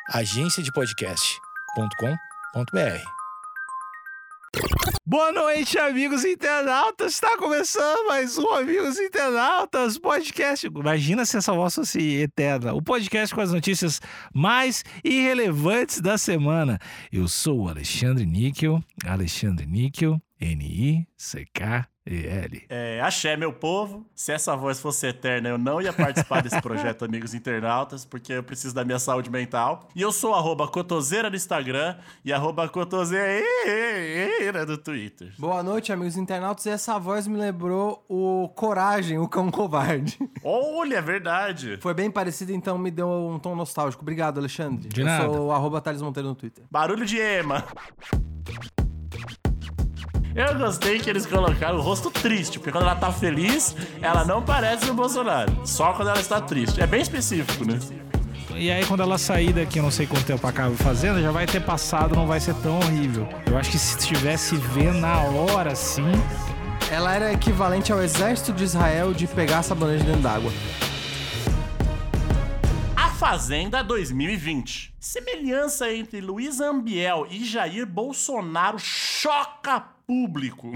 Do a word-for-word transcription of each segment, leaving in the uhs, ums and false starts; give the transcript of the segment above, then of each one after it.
agência de podcast ponto com ponto b r. Boa noite, amigos internautas. Está começando mais um Amigos Internautas podcast. Imagina se essa voz fosse eterna. O podcast com as notícias mais irrelevantes da semana. Eu sou o Alexandre Níquel, Alexandre Níquel, N I C K E L. É, axé, meu povo. Se essa voz fosse eterna, eu não ia participar desse projeto Amigos Internautas, porque eu preciso da minha saúde mental. E eu sou arroba cotoseira no Instagram e arroba cotoseira no Twitter. Boa noite, amigos internautas. E essa voz me lembrou o Coragem, o Cão Covarde. Olha, é verdade. Foi bem parecido, então me deu um tom nostálgico. Obrigado, Alexandre. De eu nada. sou o arroba Thales Monteiro no Twitter. Barulho de ema. Eu gostei que eles colocaram o rosto triste, porque quando ela tá feliz, ela não parece o Bolsonaro. Só quando ela está triste. É bem específico, né? E aí, quando ela sair daqui, eu não sei quanto tempo acaba fazendo, já vai ter passado, não vai ser tão horrível. Eu acho que se tivesse ver na hora, assim... Ela era equivalente ao exército de Israel de pegar sabonete dentro d'água. A Fazenda dois mil e vinte. Semelhança entre Luísa Ambiel e Jair Bolsonaro choca público.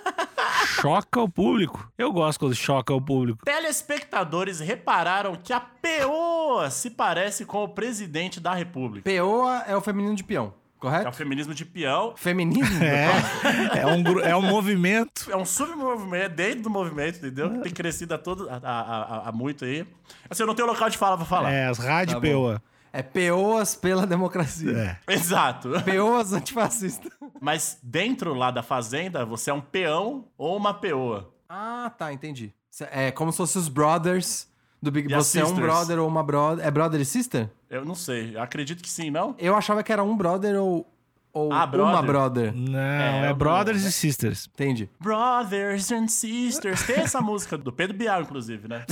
Choca o público. Eu gosto quando choca o público. Telespectadores repararam que a Peoa se parece com o presidente da República. Peoa é o feminino de peão, É correto? o feminismo de peão. Feminismo? É, é um, gru- é um movimento. É um submovimento, é dentro do movimento, entendeu? Tem crescido a, todo, a, a, a, a muito aí. Assim, eu não tenho local de fala pra falar. É, as rádio Tá bom. Peoa. É Peoas pela democracia. É. Exato. Peoas antifascistas. Mas dentro lá da fazenda, você é um peão ou uma peoa. Ah, tá, entendi. É como se fossem os brothers do Big E as Você é um sisters. brother ou uma brother. É brother e sister? Eu não sei, eu acredito que sim, não? Eu achava que era um brother ou, ou Ah, brother? uma brother. Não, É, é, eu Brothers não- e Sisters. Entendi. Brothers and Sisters. Tem essa música do Pedro Bial, inclusive, né?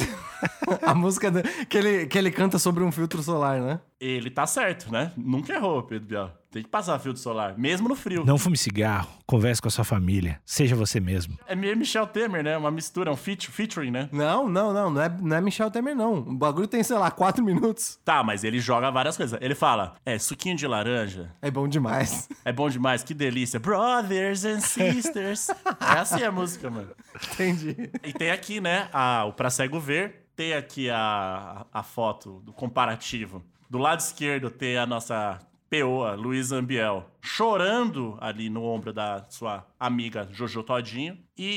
A música do- que, ele, que ele canta sobre um filtro solar, né? Ele tá certo, né? Nunca errou, Pedro Bial. Tem que passar filtro solar, mesmo no frio. Não fume cigarro, converse com a sua família, seja você mesmo. É meio Michel Temer, né? Uma mistura, um feat- featuring, né? Não, não, não. Não é, não é Michel Temer, não. O bagulho tem, sei lá, quatro minutos. Tá, mas ele joga várias coisas. Ele fala, é, suquinho de laranja, É bom demais. é bom demais, que delícia. Brothers and Sisters. É assim a música, mano. Entendi. E tem aqui, né, a, o Pra Cego Ver. Tem aqui a, a, a foto do comparativo. Do lado esquerdo tem a nossa peoa, Luísa Ambiel, chorando ali no ombro da sua amiga Jojo Todinho.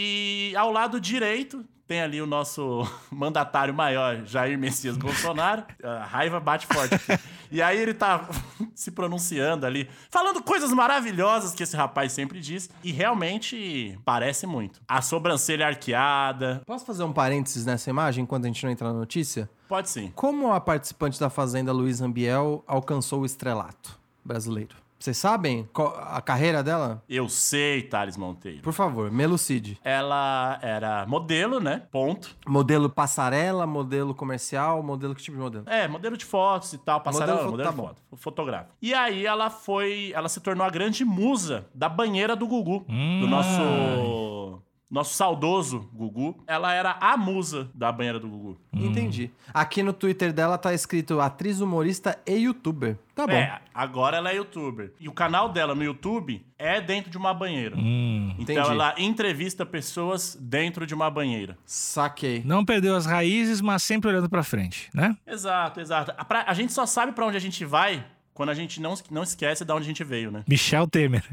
E ao lado direito tem ali o nosso mandatário maior, Jair Messias Bolsonaro. A raiva bate forte aqui. E aí ele tá se pronunciando ali, falando coisas maravilhosas que esse rapaz sempre diz. E realmente parece muito. A sobrancelha arqueada. Posso fazer um parênteses nessa imagem enquanto a gente não entra na notícia? Pode sim. Como a participante da Fazenda, Luísa Ambiel, alcançou o estrelato brasileiro? Vocês sabem qual- a carreira dela? Eu sei, Thales Monteiro. Por favor, me elucide. Ela era modelo, né? Ponto. Modelo passarela, modelo comercial, modelo que tipo de modelo? É, modelo de fotos e tal, passarela, Modelo modelo, fo- modelo tá de foto, fotográfico. E aí ela foi, ela se tornou a grande musa da banheira do Gugu, Hum. do nosso nosso saudoso Gugu. Ela era a musa da banheira do Gugu. Entendi. Aqui no Twitter dela tá escrito atriz, humorista e youtuber. Tá bom. É, agora ela é youtuber. E o canal dela no YouTube é dentro de uma banheira. Hum. Então Entendi. ela entrevista pessoas dentro de uma banheira. Saquei. Não perdeu as raízes, mas sempre olhando pra frente, né? Exato, exato. A, pra- a gente só sabe pra onde a gente vai quando a gente não, não esquece de onde a gente veio, né? Michel Temer.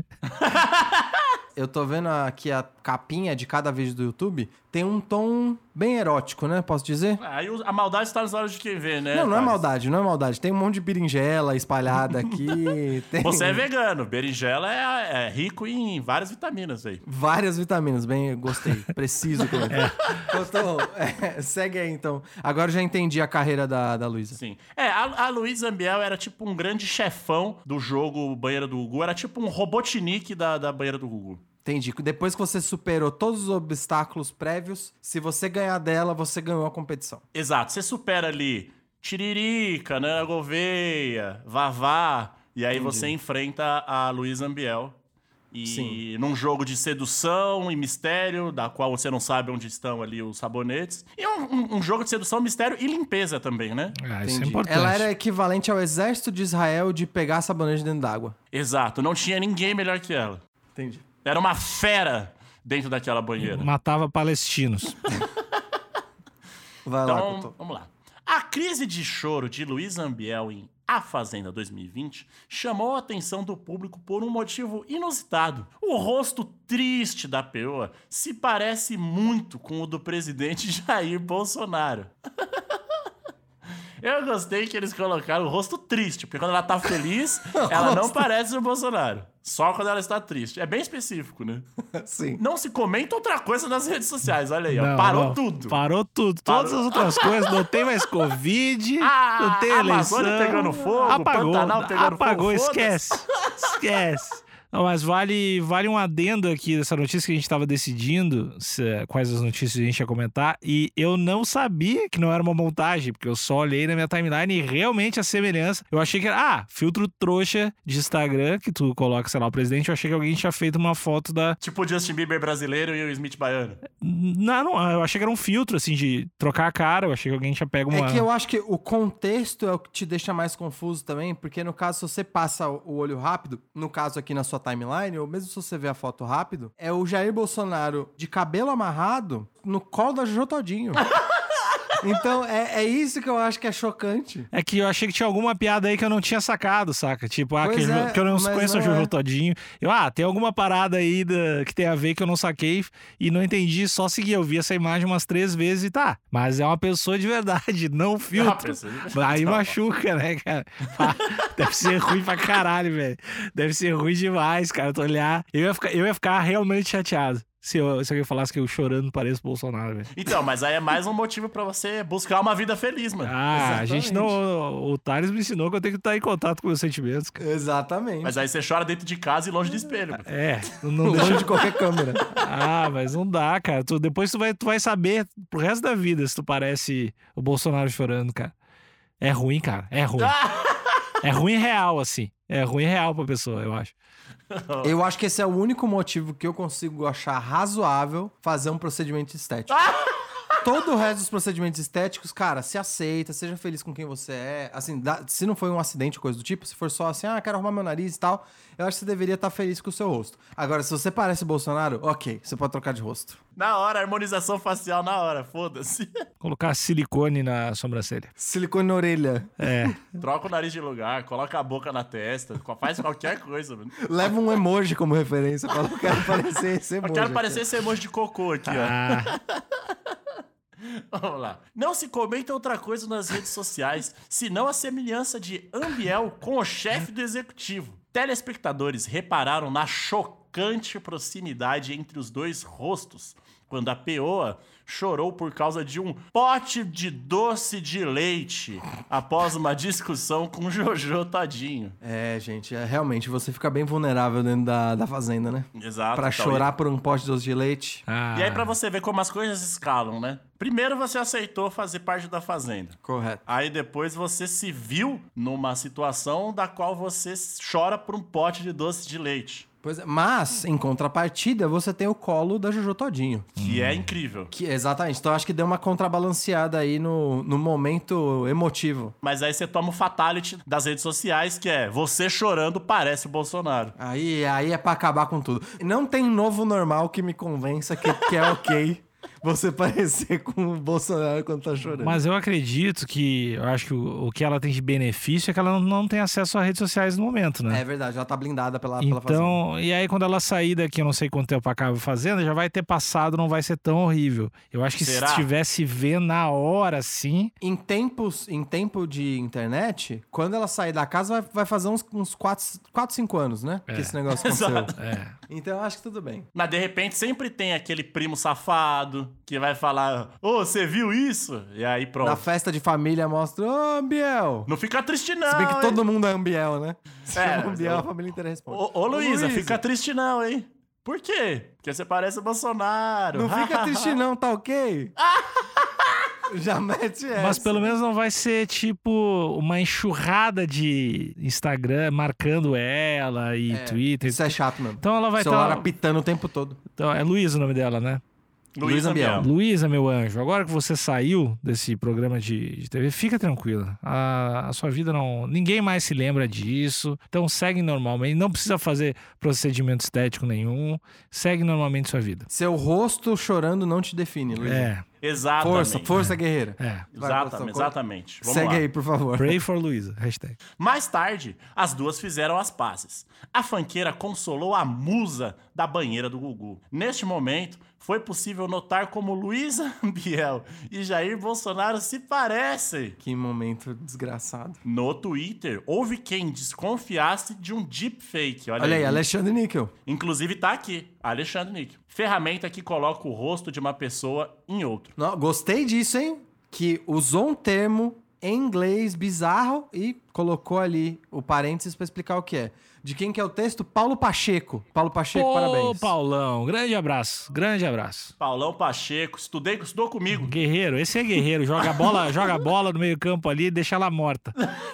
Eu tô vendo aqui a capinha de cada vídeo do YouTube. Tem um tom bem erótico, né? Posso dizer? Aí o- a maldade está nos olhos de quem vê, né? não, não é Thales? maldade, não é maldade. Tem um monte de berinjela espalhada aqui. Tem Você é vegano. Berinjela é, é rico em várias vitaminas aí. várias vitaminas. Bem, gostei. Preciso. É. Tô, é, segue aí, então. Agora eu já entendi a carreira da, da Luísa. Sim. É, a, a Luísa Ambiel era tipo um grande chefão do jogo Banheira do Gugu. Era tipo um Robotnik da, da Banheira do Gugu. Entendi. Depois que você superou todos os obstáculos prévios, se você ganhar dela, você ganhou a competição. Exato. Você supera ali Tiririca, Nana Gouveia, Vavá. E aí Entendi. você enfrenta a Luísa Ambiel. E Sim. num jogo de sedução e mistério, da qual você não sabe onde estão ali os sabonetes. E um, um, um jogo de sedução, mistério e limpeza também, né? Ah, isso é Entendi. importante. Ela era equivalente ao exército de Israel de pegar sabonete dentro d'água. Exato, não tinha ninguém melhor que ela. Entendi. Era uma fera dentro daquela banheira. Matava palestinos. Vai lá, Então, Cotô. vamos lá. A crise de choro de Luiz Ambiel em A Fazenda dois mil e vinte chamou a atenção do público por um motivo inusitado. O rosto triste da peoa se parece muito com o do presidente Jair Bolsonaro. Eu gostei que eles colocaram o rosto triste, porque quando ela tá feliz, ela não parece o Bolsonaro. Só quando ela está triste. É bem específico, né? Sim. Não se comenta outra coisa nas redes sociais, olha aí, ó. Não, Parou não. tudo. Parou tudo. Parou. Todas as outras coisas. Não tem mais Covid, Ah, não tem a eleição. Amazônia pegando fogo, apagou, Pantanal pegando apagou, fogo, esquece. Esquece. Não, mas vale, vale um adendo aqui dessa notícia que a gente estava decidindo se- quais as notícias a gente ia comentar. E eu não sabia que não era uma montagem, porque eu só olhei na minha timeline e realmente a semelhança. Eu achei que era, ah, filtro trouxa de Instagram, que tu coloca, sei lá, o presidente. Eu achei que alguém tinha feito uma foto da. Tipo o Justin Bieber brasileiro e o Smith baiano. Não, não, eu achei que era um filtro, assim, de trocar a cara. Eu achei que alguém tinha pego uma. É que eu acho que o contexto é o que te deixa mais confuso também, porque no caso, se você passa o olho rápido, no caso aqui na sua timeline, ou mesmo se você ver a foto rápido, é o Jair Bolsonaro de cabelo amarrado no colo da Jojo Todinho. Então, é, é isso que eu acho que é chocante. É que eu achei que tinha alguma piada aí que eu não tinha sacado, saca? Tipo, ah, que, Pois é, que eu não mas conheço não o Jojo é. Todinho. Eu, ah, tem alguma parada aí da, que tem a ver que eu não saquei e não entendi, só segui. Eu vi essa imagem umas três vezes e tá. Mas é uma pessoa de verdade, não filtro. pessoa de verdade. Aí Não. machuca, né, cara? Ah, deve ser ruim pra caralho, velho. Deve ser ruim demais, cara. Tu olhar. Eu ia ficar, eu ia ficar realmente chateado. Se, eu, se alguém falasse que eu chorando pareço Bolsonaro, velho. Então, mas aí é mais um motivo pra você buscar uma vida feliz, mano. Ah, a gente Exatamente. não. O Thales me ensinou que eu tenho que estar em contato com meus sentimentos, cara. Exatamente. Mas aí você chora dentro de casa e longe do espelho. mano. É, não Longe deixa. de qualquer câmera. Ah, mas não dá, cara. Tu, depois tu vai, tu vai saber pro resto da vida se tu parece o Bolsonaro chorando, cara. É ruim, cara. É ruim. É ruim real, assim. É ruim real pra pessoa, eu acho. Eu acho que esse é o único motivo que eu consigo achar razoável fazer um procedimento estético. Todo o resto dos procedimentos estéticos, cara, se aceita, seja feliz com quem você é. Assim, dá- se não foi um acidente ou coisa do tipo, se for só assim, ah, quero arrumar meu nariz e tal, eu acho que você deveria estar feliz com o seu rosto. Agora, se você parece Bolsonaro, ok, você pode trocar de rosto. Na hora, harmonização facial na hora, foda-se. Colocar silicone na sobrancelha. Silicone na orelha. É. Troca o nariz de lugar, coloca a boca na testa, faz qualquer coisa, mano. Leva um emoji como referência. Fala, eu quero parecer esse Eu emoji. quero aqui. parecer esse emoji de cocô aqui, ó. Ah, Vamos lá. Não se comenta outra coisa nas redes sociais, senão a semelhança de Ambiel com o chefe do executivo. Telespectadores repararam na chocante proximidade entre os dois rostos, quando a peoa chorou por causa de um pote de doce de leite após uma discussão com Jojo Todinho. É, gente, é, realmente, você fica bem vulnerável dentro da, da fazenda, né? Exato. Pra então, chorar por um pote de doce de leite. ah. E aí, pra você ver como as coisas escalam, né? Primeiro você aceitou fazer parte da fazenda. Correto. Aí depois você se viu numa situação da qual você chora por um pote de doce de leite. Pois é, mas, em contrapartida, você tem o colo da Jojo Todinho. Que é incrível. Que, exatamente. Então, acho que deu uma contrabalanceada aí no, no momento emotivo. Mas aí você toma o fatality das redes sociais, que é você chorando parece o Bolsonaro. Aí, aí é pra acabar com tudo. Não tem novo normal que me convença que, que é ok você parecer com o Bolsonaro quando tá chorando. Mas eu acredito que. Eu acho que o, o que ela tem de benefício é que ela não, não tem acesso a redes sociais no momento, né? É verdade, ela tá blindada pela, pela fazenda. Então, e aí quando ela sair daqui, eu não sei quanto tempo acaba fazendo, já vai ter passado, não vai ser tão horrível. Eu acho que Será? se tivesse vendo na hora, assim. Em tempos, em tempo de internet, quando ela sair da casa, vai, vai fazer uns, uns quatro, cinco anos, né? Que esse negócio aconteceu. Exato. É. Então eu acho que tudo bem. Mas de repente sempre tem aquele primo safado que vai falar: ô, você viu isso? E aí Na pronto. festa de família mostra, ô, Ambiel! Não fica triste não, Se bem que hein? todo mundo é Ambiel, né? Se É, chama Ambiel, eu- a família inteira responde. Ô, ô Luísa, Luísa, fica triste não, hein? Por quê? Porque você parece o Bolsonaro. Não fica triste não, tá ok? Já mete essa. Mas pelo menos não vai ser tipo uma enxurrada de Instagram marcando ela e É, Twitter. Isso é chato mesmo. Então ela vai O celular estar. apitando o tempo todo. Então, é Luísa o nome dela, né? Luiz Ambiel. Luísa, meu anjo, agora que você saiu desse programa de, de T V, fica tranquila. A, a sua vida não... Ninguém mais se lembra disso. Então segue normalmente. Não precisa fazer procedimento estético nenhum. Segue normalmente sua vida. Seu rosto chorando não te define, Luiz. É, Exatamente. Força, força guerreira. é. Vai, Exatamente, Gustavo. exatamente. Vamos Segue lá. aí, por favor. Pray for Luísa. Hashtag. Mais tarde, as duas fizeram as pazes. A funkeira consolou a musa da banheira do Gugu. Neste momento, foi possível notar como Luísa Ambiel e Jair Bolsonaro se parecem. Que momento desgraçado. No Twitter, houve quem desconfiasse de um deepfake. Olha, Olha aí, Alexandre Níquel. Inclusive tá aqui, Alexandre Níquel. Ferramenta que coloca o rosto de uma pessoa em outro. Não, gostei disso, hein? Que usou um termo em inglês bizarro e colocou ali o parênteses pra explicar o que é. De quem que é o texto? Paulo Pacheco. Paulo Pacheco, Ô, parabéns. Paulão, grande abraço. Grande abraço. Paulão Pacheco, estudei, estudou comigo. Guerreiro, esse é guerreiro. Joga a bola, joga a bola no meio-campo ali e deixa ela morta.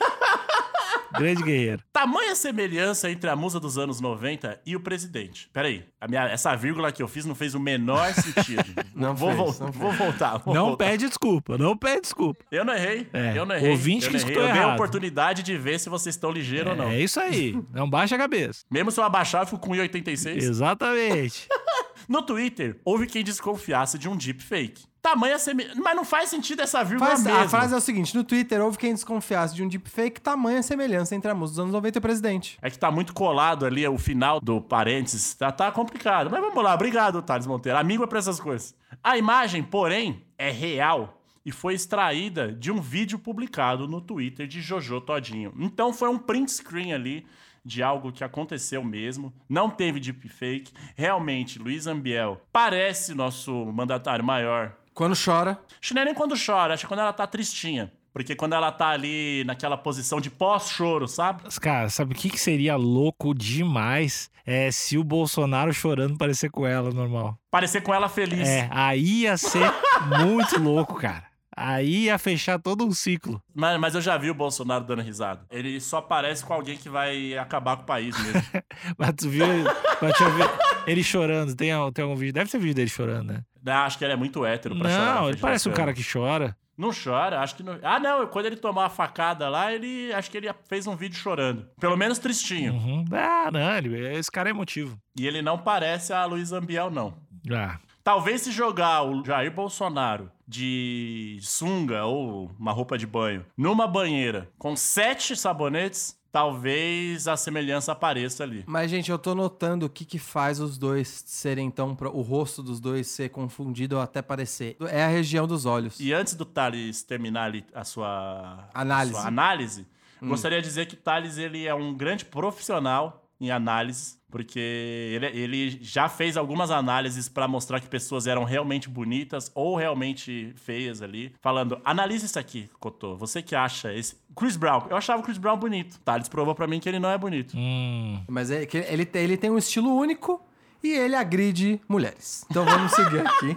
Grande guerreiro. Tamanha semelhança entre a musa dos anos noventa e o presidente. Peraí, a minha, essa vírgula que eu fiz não fez o menor sentido. Não vou, fez, vol- não vou voltar. Vou Não voltar. pede desculpa, não pede desculpa. Eu não errei. É, Eu não errei. ouvinte eu que não errei. escutou Eu dei a errado. oportunidade de ver se vocês estão ligeiros ou não. É isso aí. Não baixa a cabeça. Mesmo se eu abaixar, eu fico com um e oitenta e seis. Exatamente. No Twitter, houve quem desconfiasse de um deepfake. Tamanha semelhança. Mas não faz sentido essa vírgula Faz- mesmo. a frase é o seguinte: no Twitter houve quem desconfiasse de um deepfake, tamanha semelhança entre a música dos anos noventa e o presidente. É que tá muito colado ali o final do parênteses. Tá, tá complicado. Mas vamos lá. Obrigado, Thales Monteiro. Amigo é pra essas coisas. A imagem, porém, é real e foi extraída de um vídeo publicado no Twitter de Jojo Todinho. Então foi um print screen ali de algo que aconteceu mesmo. Não teve deepfake. Realmente, Luiz Ambiel parece nosso mandatário maior. Quando chora, Acho que não é nem quando chora, acho que quando ela tá tristinha. Porque quando ela tá ali naquela posição de pós-choro, sabe? Mas, cara, sabe o que, que seria louco demais? É se o Bolsonaro chorando parecer com ela, normal. Parecer com ela feliz. É, aí ia ser muito louco, cara. Aí ia fechar todo um ciclo. Mas, mas eu já vi o Bolsonaro dando risada. Ele só parece com alguém que vai acabar com o país mesmo. Mas tu viu, mas deixa eu ver ele chorando. Tem, tem algum vídeo? Deve ter vídeo dele chorando, né? Ah, acho que ele é muito hétero pra chorar. na Não, frente ele parece da um cara câmera. que chora. Não chora, acho que não. Ah, não, quando ele tomou a facada lá, ele acho que ele fez um vídeo chorando. Pelo menos tristinho. Uhum. Ah, não, ele, esse cara é emotivo. E ele não parece a Luiz Ambiel, não. Ah, Talvez se jogar o Jair Bolsonaro de sunga ou uma roupa de banho numa banheira com sete sabonetes, talvez a semelhança apareça ali. mas gente, eu tô notando o que que faz os dois serem tão... pro- o rosto dos dois ser confundido ou até parecer. É a região dos olhos. E antes do Thales terminar ali a sua Análise. a sua análise, gostaria de dizer que o Thales ele é um grande profissional em análise, porque ele, ele já fez algumas análises para mostrar que pessoas eram realmente bonitas ou realmente feias ali. Falando, analise isso aqui, Cotô. Você que acha esse... Chris Brown. Eu achava o Chris Brown bonito. Thales provou para mim que ele não é bonito. hum. Mas é que ele, tem- ele tem um estilo único e ele agride mulheres. Então vamos seguir aqui.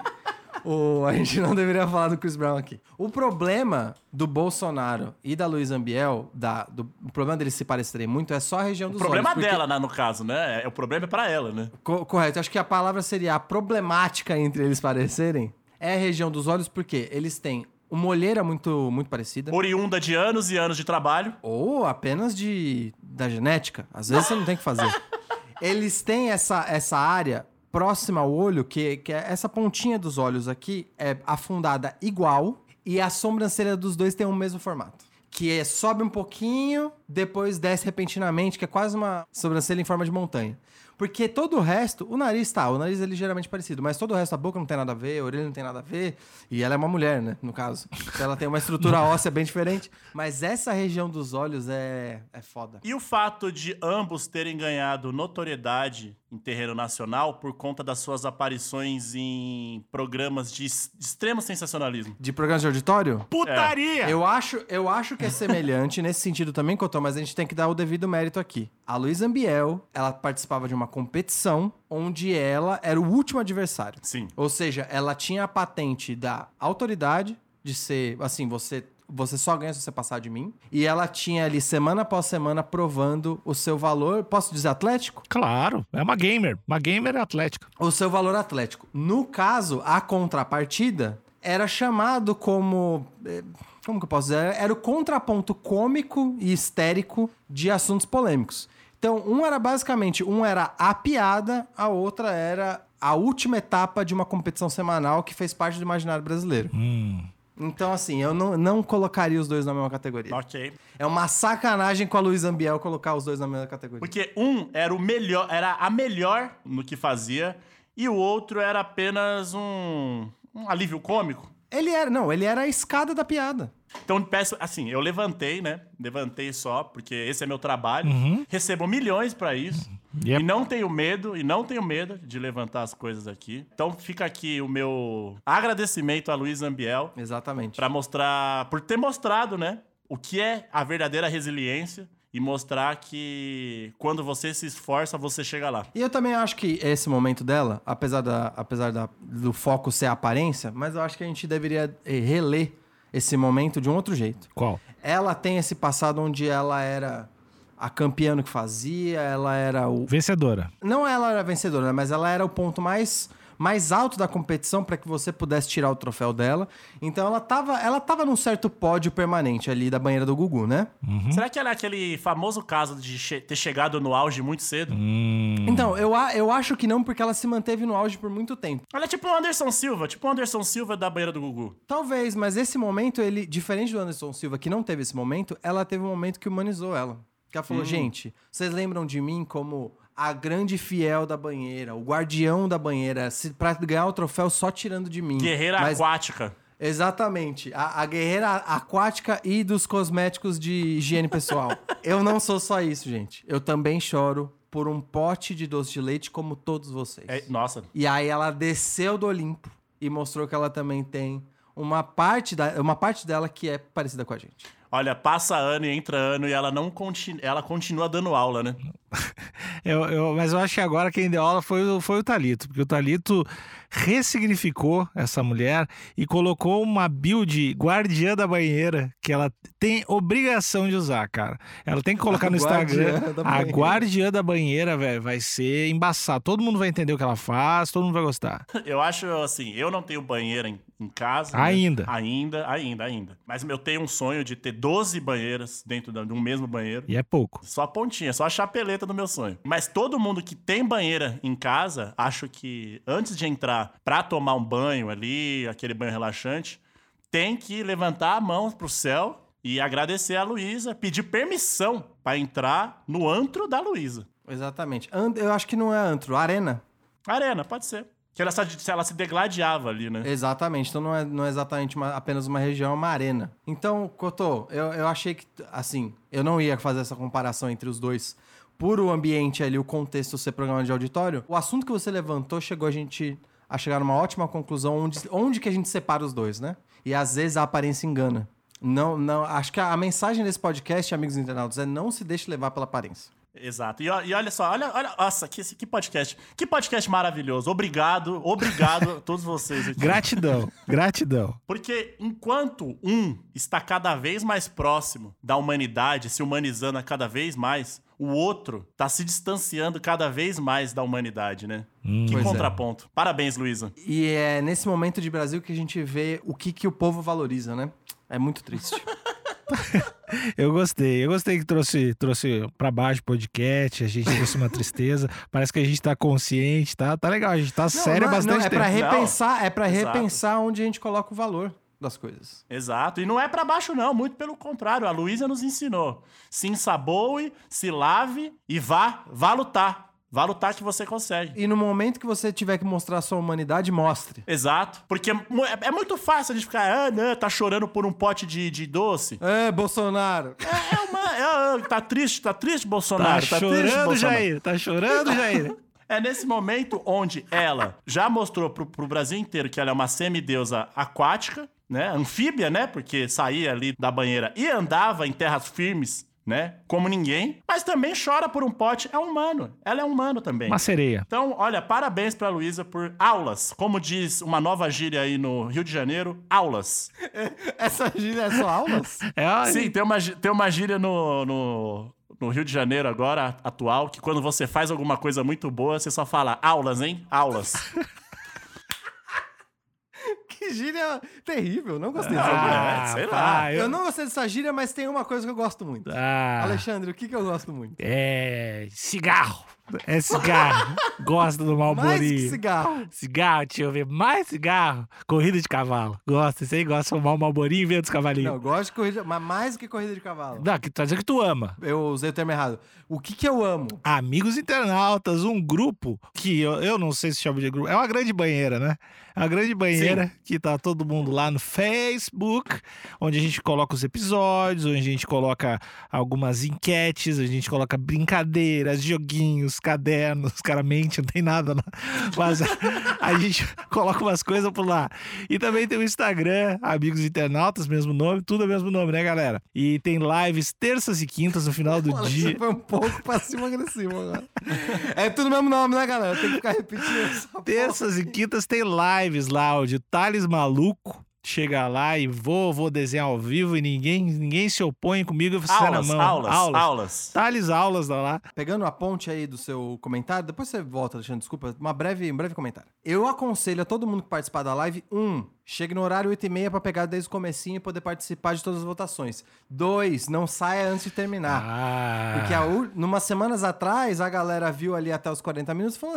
O, a gente não deveria falar do Chris Brown aqui. O problema do Bolsonaro e da Luiz Ambiel, da, do, o problema deles se parecerem muito é só a região O dos problema olhos. porque- dela, né, no caso, né? É- O problema é para ela, né? Co- correto. Acho que a palavra seria a problemática entre eles parecerem é a região dos olhos, porque eles têm uma olheira muito, muito parecida. Oriunda de anos e anos de trabalho. Ou apenas de da genética. Às vezes você não tem que fazer. Eles têm essa, essa área próxima ao olho, que, que é essa pontinha dos olhos aqui é afundada igual e a sobrancelha dos dois tem o mesmo formato. Que é, sobe um pouquinho, depois desce repentinamente, que é quase uma sobrancelha em forma de montanha. Porque todo o resto, o nariz tá, o nariz é ligeiramente parecido, mas todo o resto, a boca não tem nada a ver, a orelha não tem nada a ver, e ela é uma mulher, né, no caso. Então ela tem uma estrutura óssea bem diferente, mas essa região dos olhos é, é foda. E o fato de ambos terem ganhado notoriedade em terreno nacional por conta das suas aparições em programas de es- extremo sensacionalismo. De programas de auditório? Putaria! Eu acho, eu acho que é semelhante nesse sentido também, Cotô, mas a gente tem que dar o devido mérito aqui. A Luísa Ambiel, ela participava de uma competição onde ela era o último adversário. Sim. Ou seja, ela tinha a patente da autoridade, de ser, assim, você... Você só ganha se você passar de mim. E ela tinha ali, semana após semana, provando o seu valor... Posso dizer atlético? Claro, é uma gamer. Uma gamer atlética. O seu valor atlético. No caso, a contrapartida era chamado como... Como que eu posso dizer? Era o contraponto cômico e histérico de assuntos polêmicos. Então, um era basicamente... Um era a piada, a outra era a última etapa de uma competição semanal que fez parte do imaginário brasileiro. Hum... Então, assim, eu não, não colocaria os dois na mesma categoria. Ok. É uma sacanagem com a Luísa Ambiel colocar os dois na mesma categoria. Porque um era o melhor, era a melhor no que fazia, e o outro era apenas um, um alívio cômico. Ele era, não, ele era a escada da piada. Então, peço, assim, eu levantei, né? Levantei só, porque esse é meu trabalho. Uhum. Recebo milhões pra isso. Yep. E não tenho medo, e não tenho medo de levantar as coisas aqui. Então, fica aqui o meu agradecimento a Luísa Ambiel. Exatamente. Pra mostrar, por ter mostrado, né? O que é a verdadeira resiliência. E mostrar que quando você se esforça, você chega lá. E eu também acho que esse momento dela, apesar, da, apesar da, do foco ser a aparência, mas eu acho que a gente deveria reler esse momento de um outro jeito. Qual? Ela tem esse passado onde ela era a campeã no que fazia, ela era o... Vencedora. Não ela era a vencedora, né? Mas ela era o ponto mais... mais alto da competição para que você pudesse tirar o troféu dela. Então ela tava, ela tava num certo pódio permanente ali da banheira do Gugu, né? Uhum. Será que ela é aquele famoso caso de che- ter chegado no auge muito cedo? Hum. Então, eu, a- eu acho que não, porque ela se manteve no auge por muito tempo. Ela é tipo o Anderson Silva, tipo o Anderson Silva da banheira do Gugu. Talvez, mas esse momento, ele, diferente do Anderson Silva, que não teve esse momento, ela teve um momento que humanizou ela. Que ela falou, gente, vocês lembram de mim como... a grande fiel da banheira, o guardião da banheira, se, pra ganhar o troféu só tirando de mim. Guerreira Mas, aquática. exatamente. A, a guerreira aquática e dos cosméticos de higiene pessoal. Eu não sou só isso, gente. Eu também choro por um pote de doce de leite como todos vocês. É, nossa. E aí ela desceu do Olimpo e mostrou que ela também tem uma parte, da, uma parte dela que é parecida com a gente. Olha, passa ano e entra ano e ela não continua, ela continua dando aula, né? Eu, eu, mas eu acho que agora quem deu aula foi, o- foi o Thalito, porque o Thalito ressignificou essa mulher e colocou uma build guardiã da banheira que ela tem obrigação de usar, cara. Ela tem que colocar no Instagram. Guardiã da A banheira. guardiã da banheira, velho, vai ser embaçado. Todo mundo vai entender o que ela faz, todo mundo vai gostar. Eu acho assim, eu não tenho banheira em, em casa. né? Ainda. Ainda, ainda, ainda. Mas eu tenho um sonho de ter doze banheiras dentro da- de um mesmo banheiro. E é pouco. Só a pontinha, só a chapeleta do meu sonho. Mas todo mundo que tem banheira em casa, acho que antes de entrar pra tomar um banho ali, aquele banho relaxante, tem que levantar a mão pro céu e agradecer a Luísa, pedir permissão pra entrar no antro da Luísa. Exatamente. And- eu acho que não é antro, arena. Arena, pode ser. Que ela, se- ela se degladiava ali, né? Exatamente. Então não é, não é exatamente uma- apenas uma região, é uma arena. Então, Cotô, eu, eu achei que, assim, eu não ia fazer essa comparação entre os dois por o ambiente ali, o contexto ser programa de auditório. O assunto que você levantou chegou a gente a chegar numa ótima conclusão onde, onde que a gente separa os dois, né? E às vezes a aparência engana. Não, não, acho que a, a mensagem desse podcast, amigos internautas, é não se deixe levar pela aparência. Exato. E, ó- e olha só, olha, olha, nossa, que, que podcast. Que podcast maravilhoso. Obrigado, obrigado a todos vocês aqui. Gratidão, gratidão. Porque enquanto um está cada vez mais próximo da humanidade, se humanizando a cada vez mais, o outro está se distanciando cada vez mais da humanidade, né? que Pois é. contraponto. Parabéns, Luísa. E é nesse momento de Brasil que a gente vê o que, que o povo valoriza, né? É muito triste. Eu gostei, eu gostei que trouxe, trouxe pra baixo o podcast, a gente trouxe uma tristeza, parece que a gente tá consciente, tá, tá legal, a gente tá sério há não, bastante não, é tempo. pra repensar, é pra Exato. repensar onde a gente coloca o valor das coisas. Exato. E não é pra baixo, não. Muito pelo contrário. A Luísa nos ensinou. Se ensaboe, se lave e vá, vá lutar. Vá lutar que você consegue. E no momento que você tiver que mostrar a sua humanidade, mostre. Exato. Porque é, mu- é- é muito fácil a gente ficar, ah, não, tá chorando por um pote de, de doce. É, Bolsonaro. É, é uma. é, tá triste, tá triste, Tá Bolsonaro. Tá, triste, chorando, Bolsonaro. Jair, tá chorando, Jair. É nesse momento onde ela já mostrou pro, pro Brasil inteiro que ela é uma semideusa aquática, né? Anfíbia, né? Porque saía ali da banheira e andava em terras firmes né? Como ninguém, mas também chora por um pote. É humano. Ela é humano também. Uma sereia. Então, olha, parabéns pra Luísa por aulas. Como diz uma nova gíria aí no Rio de Janeiro, aulas. Essa gíria é só aulas? É, ó, Sim, tem uma, gí- tem uma gíria no, no, no Rio de Janeiro agora, atual, que quando você faz alguma coisa muito boa, você só fala aulas, hein? Aulas. Que gíria terrível, não gostei dessa Ah, gíria. sei lá. pá, Eu eu- não gostei dessa gíria, mas tem uma coisa que eu gosto muito. Ah, Alexandre, o que, que eu gosto muito? é cigarro. É cigarro. Gosto do Mais que Malborinho. cigarro. Cigarro, deixa eu ver. Mais cigarro. Corrida de cavalo. Gosta. Você aí gosta de fumar o Malborinho e ver dos Não, cavalinhos. eu gosto de corrida, mas mais do que corrida de cavalo. Não, que tá dizendo que tu ama. Eu usei o termo errado. O que, que eu amo? Amigos Internautas, um grupo que eu, eu não sei se chama de grupo. É uma grande banheira, né? É uma grande banheira que tá todo mundo lá no Facebook, onde a gente coloca os episódios, onde a gente coloca algumas enquetes, a gente coloca brincadeiras, joguinhos, cadernos, os caras mentem, não tem nada lá. Mas a, a gente coloca umas coisas por lá. E também tem o Instagram, Amigos Internautas, mesmo nome, tudo é o mesmo nome, né, galera? E tem lives terças e quintas no final do Olha, dia. você foi um pouco passivo-agressivo agora. É tudo o mesmo nome, né, galera? Tem que ficar repetindo essa porra. Terças e quintas tem lives lá, onde o Thales Maluco chega lá e vou, vou desenhar ao vivo e ninguém, ninguém se opõe comigo. Eu faço Aulas, na mão. aulas, aulas. Thales aulas tá lá. Pegando a ponte aí do seu comentário, depois você volta, Alexandre, desculpa, uma breve, um breve comentário. Eu aconselho a todo mundo que participar da live, um, chegue no horário oito e meia pra pegar desde o comecinho e poder participar de todas as votações. Dois, não saia antes de terminar. Ah. Porque a, u- numas semanas atrás, a galera viu ali até os quarenta minutos e falou,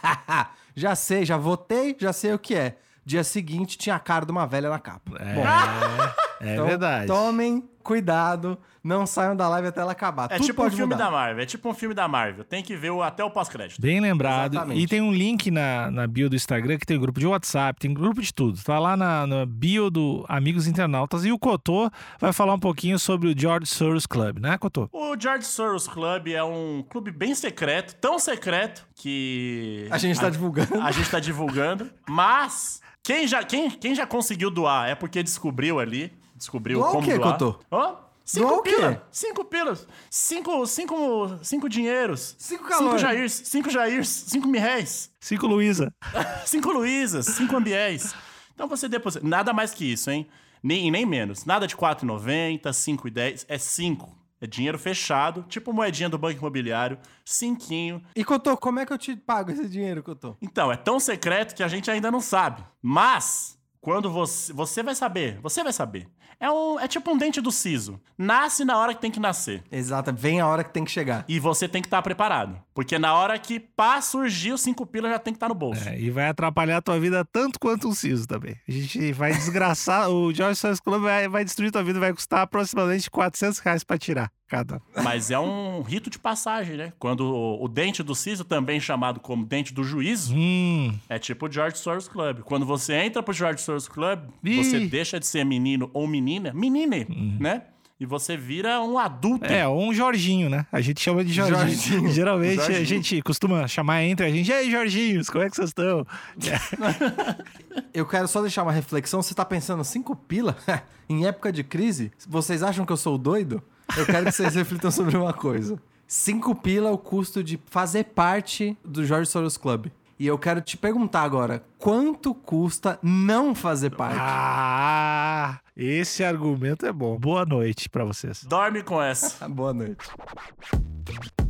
já sei, já votei, já sei o que é. Dia seguinte, tinha a cara de uma velha na capa. Bom, É então, verdade. tomem cuidado, não saiam da live até ela acabar. É Tudo tipo um pode filme mudar. da Marvel. É tipo um filme da Marvel. Tem que ver o, até o pós-crédito. Bem lembrado. Exatamente. E tem um link na, na bio do Instagram que tem grupo de WhatsApp, tem grupo de tudo. Tá lá na, na bio do Amigos Internautas. E o Cotô vai falar um pouquinho sobre o George Soros Club, né, Cotô? O George Soros Club é um clube bem secreto, tão secreto que... A gente tá divulgando. A gente tá divulgando, mas quem já, quem, quem já conseguiu doar é porque descobriu ali, descobriu Doar o como quê, doar. Cotô? Ó, Doar cinco o quê? pila, cinco pilas, cinco, cinco, cinco dinheiros, Cinco cinco calores. Jairs, cinco Jairs, cinco mil réis, Cinco Luísa. cinco Luísas, cinco Ambiéis. Então você deposita, nada mais que isso, hein? Nem, nem menos, nada de quatro e noventa, cinco e dez, é cinco. É dinheiro fechado, tipo moedinha do Banco Imobiliário, cinquinho. E, Cotô, como é que eu te pago esse dinheiro, Cotô? Então, é tão secreto que a gente ainda não sabe. Mas, quando você... Você vai saber, você vai saber. É, um, é tipo um dente do siso. Nasce na hora que tem que nascer. Exato, vem a hora que tem que chegar. E você tem que estar preparado. Porque na hora que pá, surgir os cinco pilas, já tem que estar no bolso. É, e vai atrapalhar a tua vida tanto quanto um siso também. A gente vai desgraçar. O George Soros Club vai, vai destruir tua vida, vai custar aproximadamente quatrocentos reais pra tirar cada. Mas é um rito de passagem, né? Quando o, o dente do siso, também chamado como dente do juízo, Hum. é tipo o George Soros Club. Quando você entra pro George Soros Club, Ih. você deixa de ser menino ou menina, menine, né? E você vira um adulto. É, ou um Jorginho, né? A gente chama de Jorginho. Jorginho. Geralmente Jorginho. a gente costuma chamar entre a gente. E aí, Jorginhos, como é que vocês estão? Eu quero só deixar uma reflexão. Você tá pensando, cinco pila? Em época de crise, vocês acham que eu sou doido? Eu quero que vocês reflitam sobre uma coisa. Cinco pila é o custo de fazer parte do George Soros Club. E eu quero te perguntar agora, quanto custa não fazer parte? Ah, esse argumento é bom. Boa noite pra vocês. Dorme com essa. Boa noite.